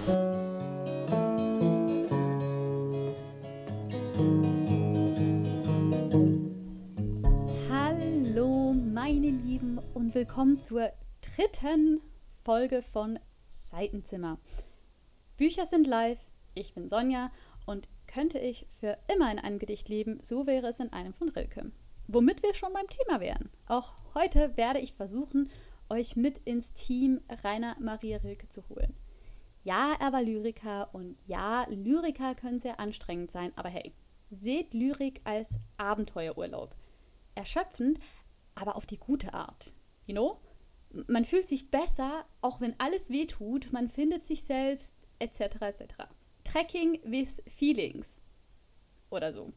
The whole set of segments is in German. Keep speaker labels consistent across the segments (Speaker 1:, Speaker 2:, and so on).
Speaker 1: Hallo meine Lieben und willkommen zur dritten Folge von Seitenzimmer. Bücher sind live, ich bin Sonja und könnte ich für immer in einem Gedicht leben, so wäre es in einem von Rilke. Womit wir schon beim Thema wären. Auch heute werde ich versuchen, euch mit ins Team Rainer Maria Rilke zu holen. Ja, er war Lyriker und ja, Lyriker können sehr anstrengend sein, aber hey, seht Lyrik als Abenteuerurlaub. Erschöpfend, aber auf die gute Art. You know? Man fühlt sich besser, auch wenn alles wehtut, man findet sich selbst, etc. etc. Trekking with Feelings. Oder so.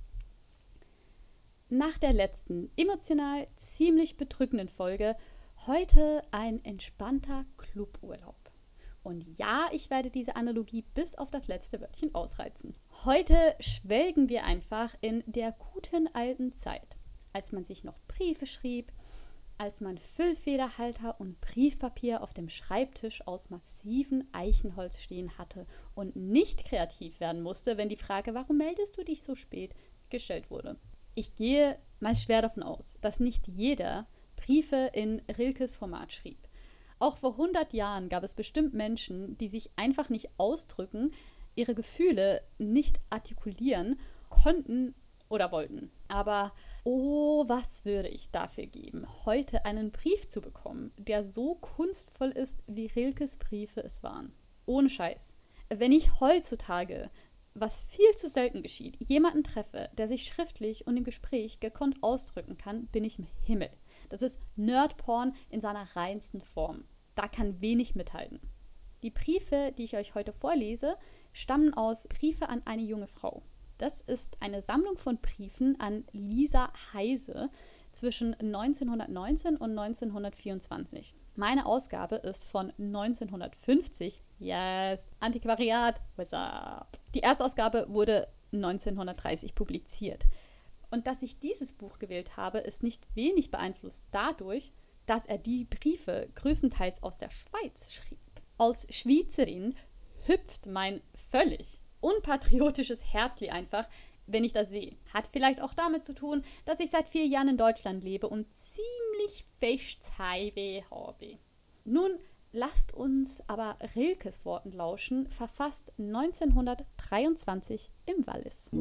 Speaker 1: Nach der letzten, emotional ziemlich bedrückenden Folge, heute ein entspannter Cluburlaub. Und ja, ich werde diese Analogie bis auf das letzte Wörtchen ausreizen. Heute schwelgen wir einfach in der guten alten Zeit, als man sich noch Briefe schrieb, als man Füllfederhalter und Briefpapier auf dem Schreibtisch aus massivem Eichenholz stehen hatte und nicht kreativ werden musste, wenn die Frage, warum meldest du dich so spät, gestellt wurde. Ich gehe mal schwer davon aus, dass nicht jeder Briefe in Rilkes Format schrieb. Auch vor 100 Jahren gab es bestimmt Menschen, die sich einfach nicht ausdrücken, ihre Gefühle nicht artikulieren konnten oder wollten. Aber oh, was würde ich dafür geben, heute einen Brief zu bekommen, der so kunstvoll ist, wie Rilkes Briefe es waren. Ohne Scheiß. Wenn ich heutzutage, was viel zu selten geschieht, jemanden treffe, der sich schriftlich und im Gespräch gekonnt ausdrücken kann, bin ich im Himmel. Das ist Nerdporn in seiner reinsten Form. Da kann wenig mithalten. Die Briefe, die ich euch heute vorlese, stammen aus Briefe an eine junge Frau. Das ist eine Sammlung von Briefen an Lisa Heise zwischen 1919 und 1924. Meine Ausgabe ist von 1950. Yes, Antiquariat, what's up? Die Erstausgabe wurde 1930 publiziert. Und dass ich dieses Buch gewählt habe, ist nicht wenig beeinflusst dadurch, dass er die Briefe größtenteils aus der Schweiz schrieb. Als Schweizerin hüpft mein völlig unpatriotisches Herzli einfach, wenn ich das sehe. Hat vielleicht auch damit zu tun, dass ich seit 4 Jahren in Deutschland lebe und ziemlich fest Heimweh habe. Nun lasst uns aber Rilkes Worten lauschen, verfasst 1923 im Wallis.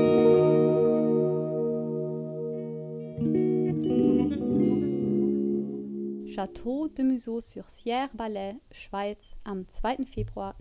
Speaker 1: Château de Museau-sur-Sierre-Valais, Schweiz, am 2. Februar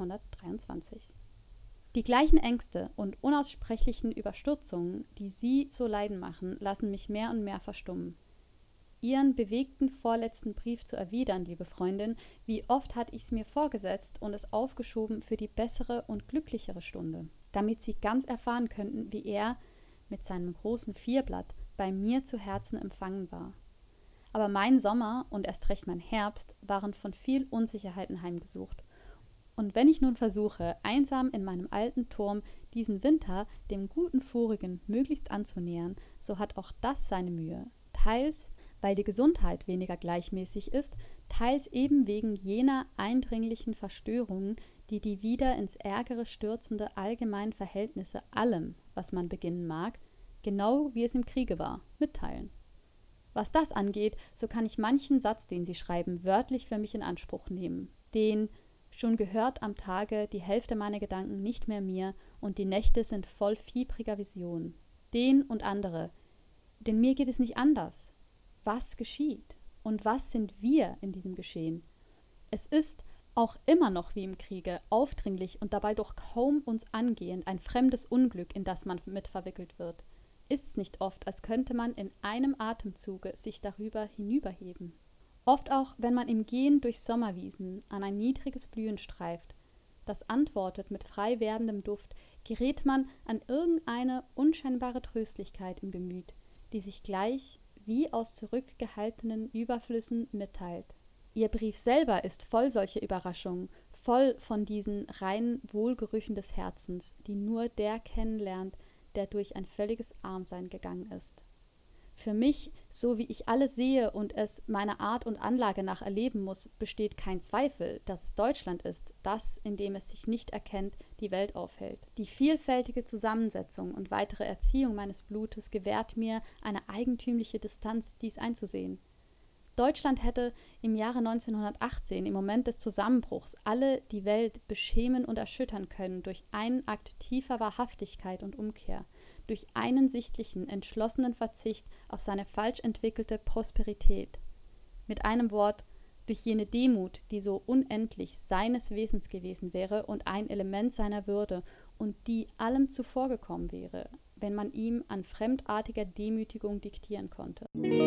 Speaker 1: 1923. Die gleichen Ängste und unaussprechlichen Überstürzungen, die Sie so leiden machen, lassen mich mehr und mehr verstummen. Ihren bewegten vorletzten Brief zu erwidern, liebe Freundin, wie oft hatte ich es mir vorgesetzt und es aufgeschoben für die bessere und glücklichere Stunde, damit Sie ganz erfahren könnten, wie er mit seinem großen Vierblatt bei mir zu Herzen empfangen war. Aber mein Sommer und erst recht mein Herbst waren von viel Unsicherheiten heimgesucht. Und wenn ich nun versuche, einsam in meinem alten Turm diesen Winter dem guten vorigen möglichst anzunähern, so hat auch das seine Mühe. Teils, weil die Gesundheit weniger gleichmäßig ist, teils eben wegen jener eindringlichen Verstörungen, die die wieder ins Ärgere stürzende allgemeinen Verhältnisse allem, was man beginnen mag, genau wie es im Kriege war, mitteilen. Was das angeht, so kann ich manchen Satz, den Sie schreiben, wörtlich für mich in Anspruch nehmen. Den schon gehört am Tage die Hälfte meiner Gedanken nicht mehr mir und die Nächte sind voll fiebriger Visionen. Den und andere. Denn mir geht es nicht anders. Was geschieht? Und was sind wir in diesem Geschehen? Es ist, auch immer noch wie im Kriege, aufdringlich und dabei doch kaum uns angehend ein fremdes Unglück, in das man mit verwickelt wird. Ist's nicht oft, als könnte man in einem Atemzuge sich darüber hinüberheben? Oft auch, wenn man im Gehen durch Sommerwiesen an ein niedriges Blühen streift, das antwortet mit frei werdendem Duft, gerät man an irgendeine unscheinbare Tröstlichkeit im Gemüt, die sich gleich wie aus zurückgehaltenen Überflüssen mitteilt. Ihr Brief selber ist voll solcher Überraschungen, voll von diesen reinen Wohlgerüchen des Herzens, die nur der kennenlernt, der durch ein völliges Armsein gegangen ist. Für mich, so wie ich alles sehe und es meiner Art und Anlage nach erleben muss, besteht kein Zweifel, dass es Deutschland ist, das, in dem es sich nicht erkennt, die Welt aufhält. Die vielfältige Zusammensetzung und weitere Erziehung meines Blutes gewährt mir eine eigentümliche Distanz, dies einzusehen. Deutschland hätte im Jahre 1918, im Moment des Zusammenbruchs, alle die Welt beschämen und erschüttern können durch einen Akt tiefer Wahrhaftigkeit und Umkehr, durch einen sichtlichen, entschlossenen Verzicht auf seine falsch entwickelte Prosperität. Mit einem Wort, durch jene Demut, die so unendlich seines Wesens gewesen wäre und ein Element seiner Würde und die allem zuvorgekommen wäre, wenn man ihm an fremdartiger Demütigung diktieren konnte.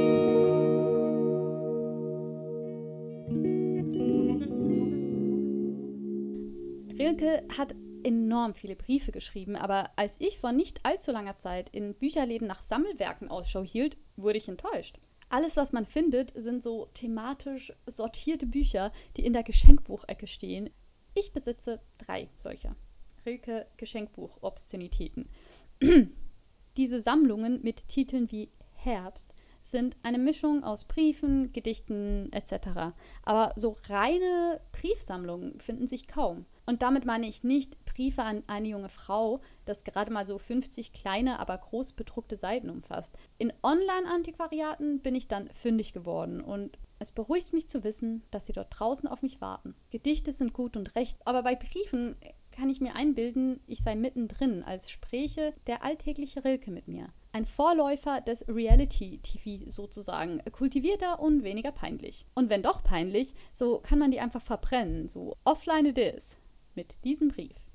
Speaker 1: Rilke hat enorm viele Briefe geschrieben, aber als ich vor nicht allzu langer Zeit in Bücherläden nach Sammelwerken Ausschau hielt, wurde ich enttäuscht. Alles, was man findet, sind so thematisch sortierte Bücher, die in der Geschenkbuchecke stehen. Ich besitze 3 solcher. Rilke Geschenkbuch Obszönitäten. Diese Sammlungen mit Titeln wie Herbst sind eine Mischung aus Briefen, Gedichten etc. Aber so reine Briefsammlungen finden sich kaum. Und damit meine ich nicht Briefe an eine junge Frau, das gerade mal so 50 kleine, aber groß bedruckte Seiten umfasst. In Online-Antiquariaten bin ich dann fündig geworden und es beruhigt mich zu wissen, dass sie dort draußen auf mich warten. Gedichte sind gut und recht, aber bei Briefen kann ich mir einbilden, ich sei mittendrin, als spräche der alltägliche Rilke mit mir. Ein Vorläufer des Reality-TV sozusagen, kultivierter und weniger peinlich. Und wenn doch peinlich, so kann man die einfach verbrennen, so offline it is, mit diesem Brief.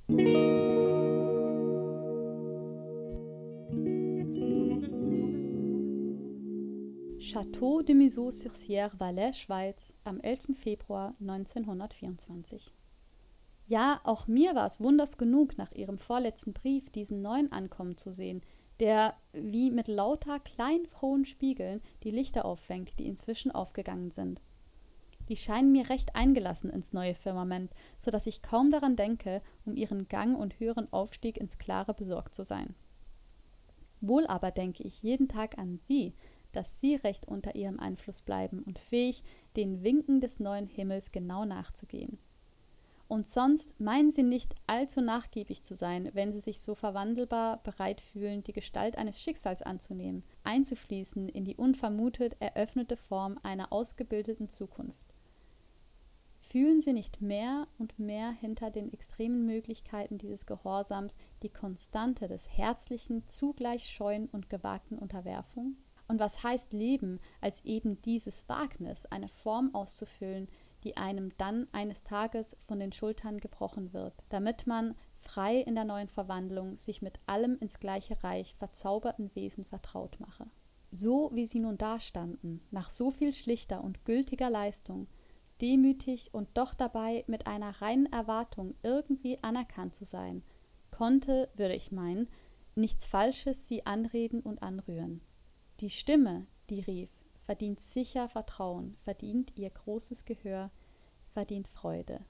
Speaker 1: Château de Miseau-sur-Sierre, Valais, Schweiz, am 11. Februar 1924. Ja, auch mir war es wunders genug, nach ihrem vorletzten Brief diesen neuen ankommen zu sehen, der wie mit lauter kleinen frohen Spiegeln die Lichter auffängt, die inzwischen aufgegangen sind. Die scheinen mir recht eingelassen ins neue Firmament, so dass ich kaum daran denke, um ihren Gang und höheren Aufstieg ins Klare besorgt zu sein. Wohl aber denke ich jeden Tag an sie, dass sie recht unter ihrem Einfluss bleiben und fähig, den Winken des neuen Himmels genau nachzugehen. Und sonst meinen sie nicht allzu nachgiebig zu sein, wenn sie sich so verwandelbar bereit fühlen, die Gestalt eines Schicksals anzunehmen, einzufließen in die unvermutet eröffnete Form einer ausgebildeten Zukunft. Fühlen sie nicht mehr und mehr hinter den extremen Möglichkeiten dieses Gehorsams die Konstante des herzlichen, zugleich scheuen und gewagten Unterwerfung? Und was heißt Leben, als eben dieses Wagnis, eine Form auszufüllen, die einem dann eines Tages von den Schultern gebrochen wird, damit man frei in der neuen Verwandlung sich mit allem ins gleiche Reich verzauberten Wesen vertraut mache. So wie sie nun dastanden, nach so viel schlichter und gültiger Leistung, demütig und doch dabei mit einer reinen Erwartung irgendwie anerkannt zu sein, konnte, würde ich meinen, nichts Falsches sie anreden und anrühren. Die Stimme, die rief, verdient sicher Vertrauen, verdient ihr großes Gehör, verdient Freude.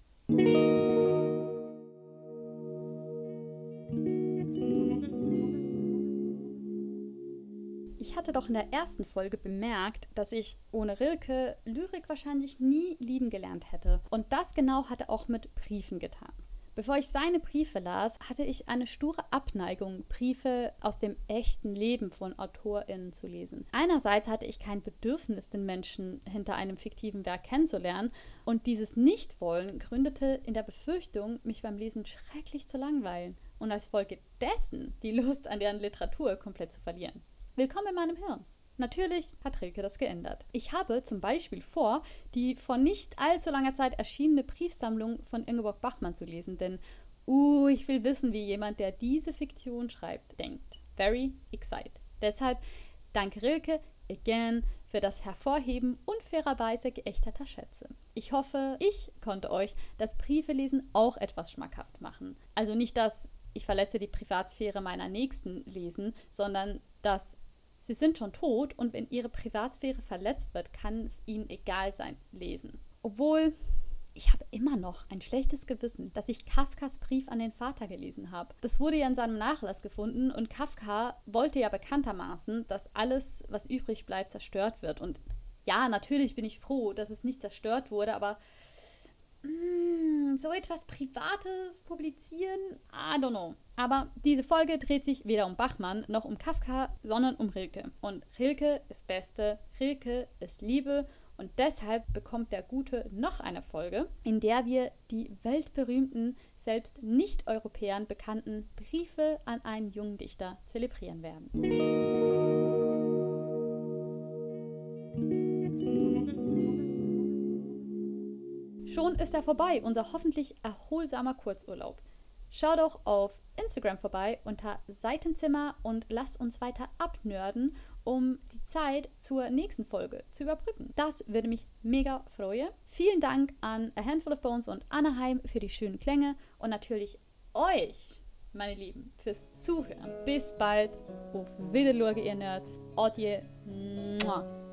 Speaker 1: Ich hatte doch in der ersten Folge bemerkt, dass ich ohne Rilke Lyrik wahrscheinlich nie lieben gelernt hätte. Und das genau hat er auch mit Briefen getan. Bevor ich seine Briefe las, hatte ich eine sture Abneigung, Briefe aus dem echten Leben von AutorInnen zu lesen. Einerseits hatte ich kein Bedürfnis, den Menschen hinter einem fiktiven Werk kennenzulernen, und dieses Nichtwollen gründete in der Befürchtung, mich beim Lesen schrecklich zu langweilen und als Folge dessen die Lust an deren Literatur komplett zu verlieren. Willkommen in meinem Hirn. Natürlich hat Rilke das geändert. Ich habe zum Beispiel vor, die vor nicht allzu langer Zeit erschienene Briefsammlung von Ingeborg Bachmann zu lesen, denn ich will wissen, wie jemand, der diese Fiktion schreibt, denkt. Very excited. Deshalb danke Rilke again für das Hervorheben unfairerweise geächteter Schätze. Ich hoffe, ich konnte euch das Briefelesen auch etwas schmackhaft machen. Also nicht, dass ich verletze die Privatsphäre meiner Nächsten lesen, sondern dass sie sind schon tot und wenn ihre Privatsphäre verletzt wird, kann es ihnen egal sein, lesen. Obwohl, ich habe immer noch ein schlechtes Gewissen, dass ich Kafkas Brief an den Vater gelesen habe. Das wurde ja in seinem Nachlass gefunden und Kafka wollte ja bekanntermaßen, dass alles, was übrig bleibt, zerstört wird. Und ja, natürlich bin ich froh, dass es nicht zerstört wurde, aber so etwas Privates publizieren? I don't know. Aber diese Folge dreht sich weder um Bachmann noch um Kafka, sondern um Rilke. Und Rilke ist Beste, Rilke ist Liebe und deshalb bekommt der Gute noch eine Folge, in der wir die weltberühmten, selbst Nicht-Europäern bekannten Briefe an einen jungen Dichter zelebrieren werden. Schon ist er vorbei, unser hoffentlich erholsamer Kurzurlaub. Schau doch auf Instagram vorbei unter Seitenzimmer und lass uns weiter abnörden, um die Zeit zur nächsten Folge zu überbrücken. Das würde mich mega freuen. Vielen Dank an A Handful of Bones und Anaheim für die schönen Klänge und natürlich euch, meine Lieben, fürs Zuhören. Bis bald. Auf Wiedersehen, ihr Nerds. Adje. Mua.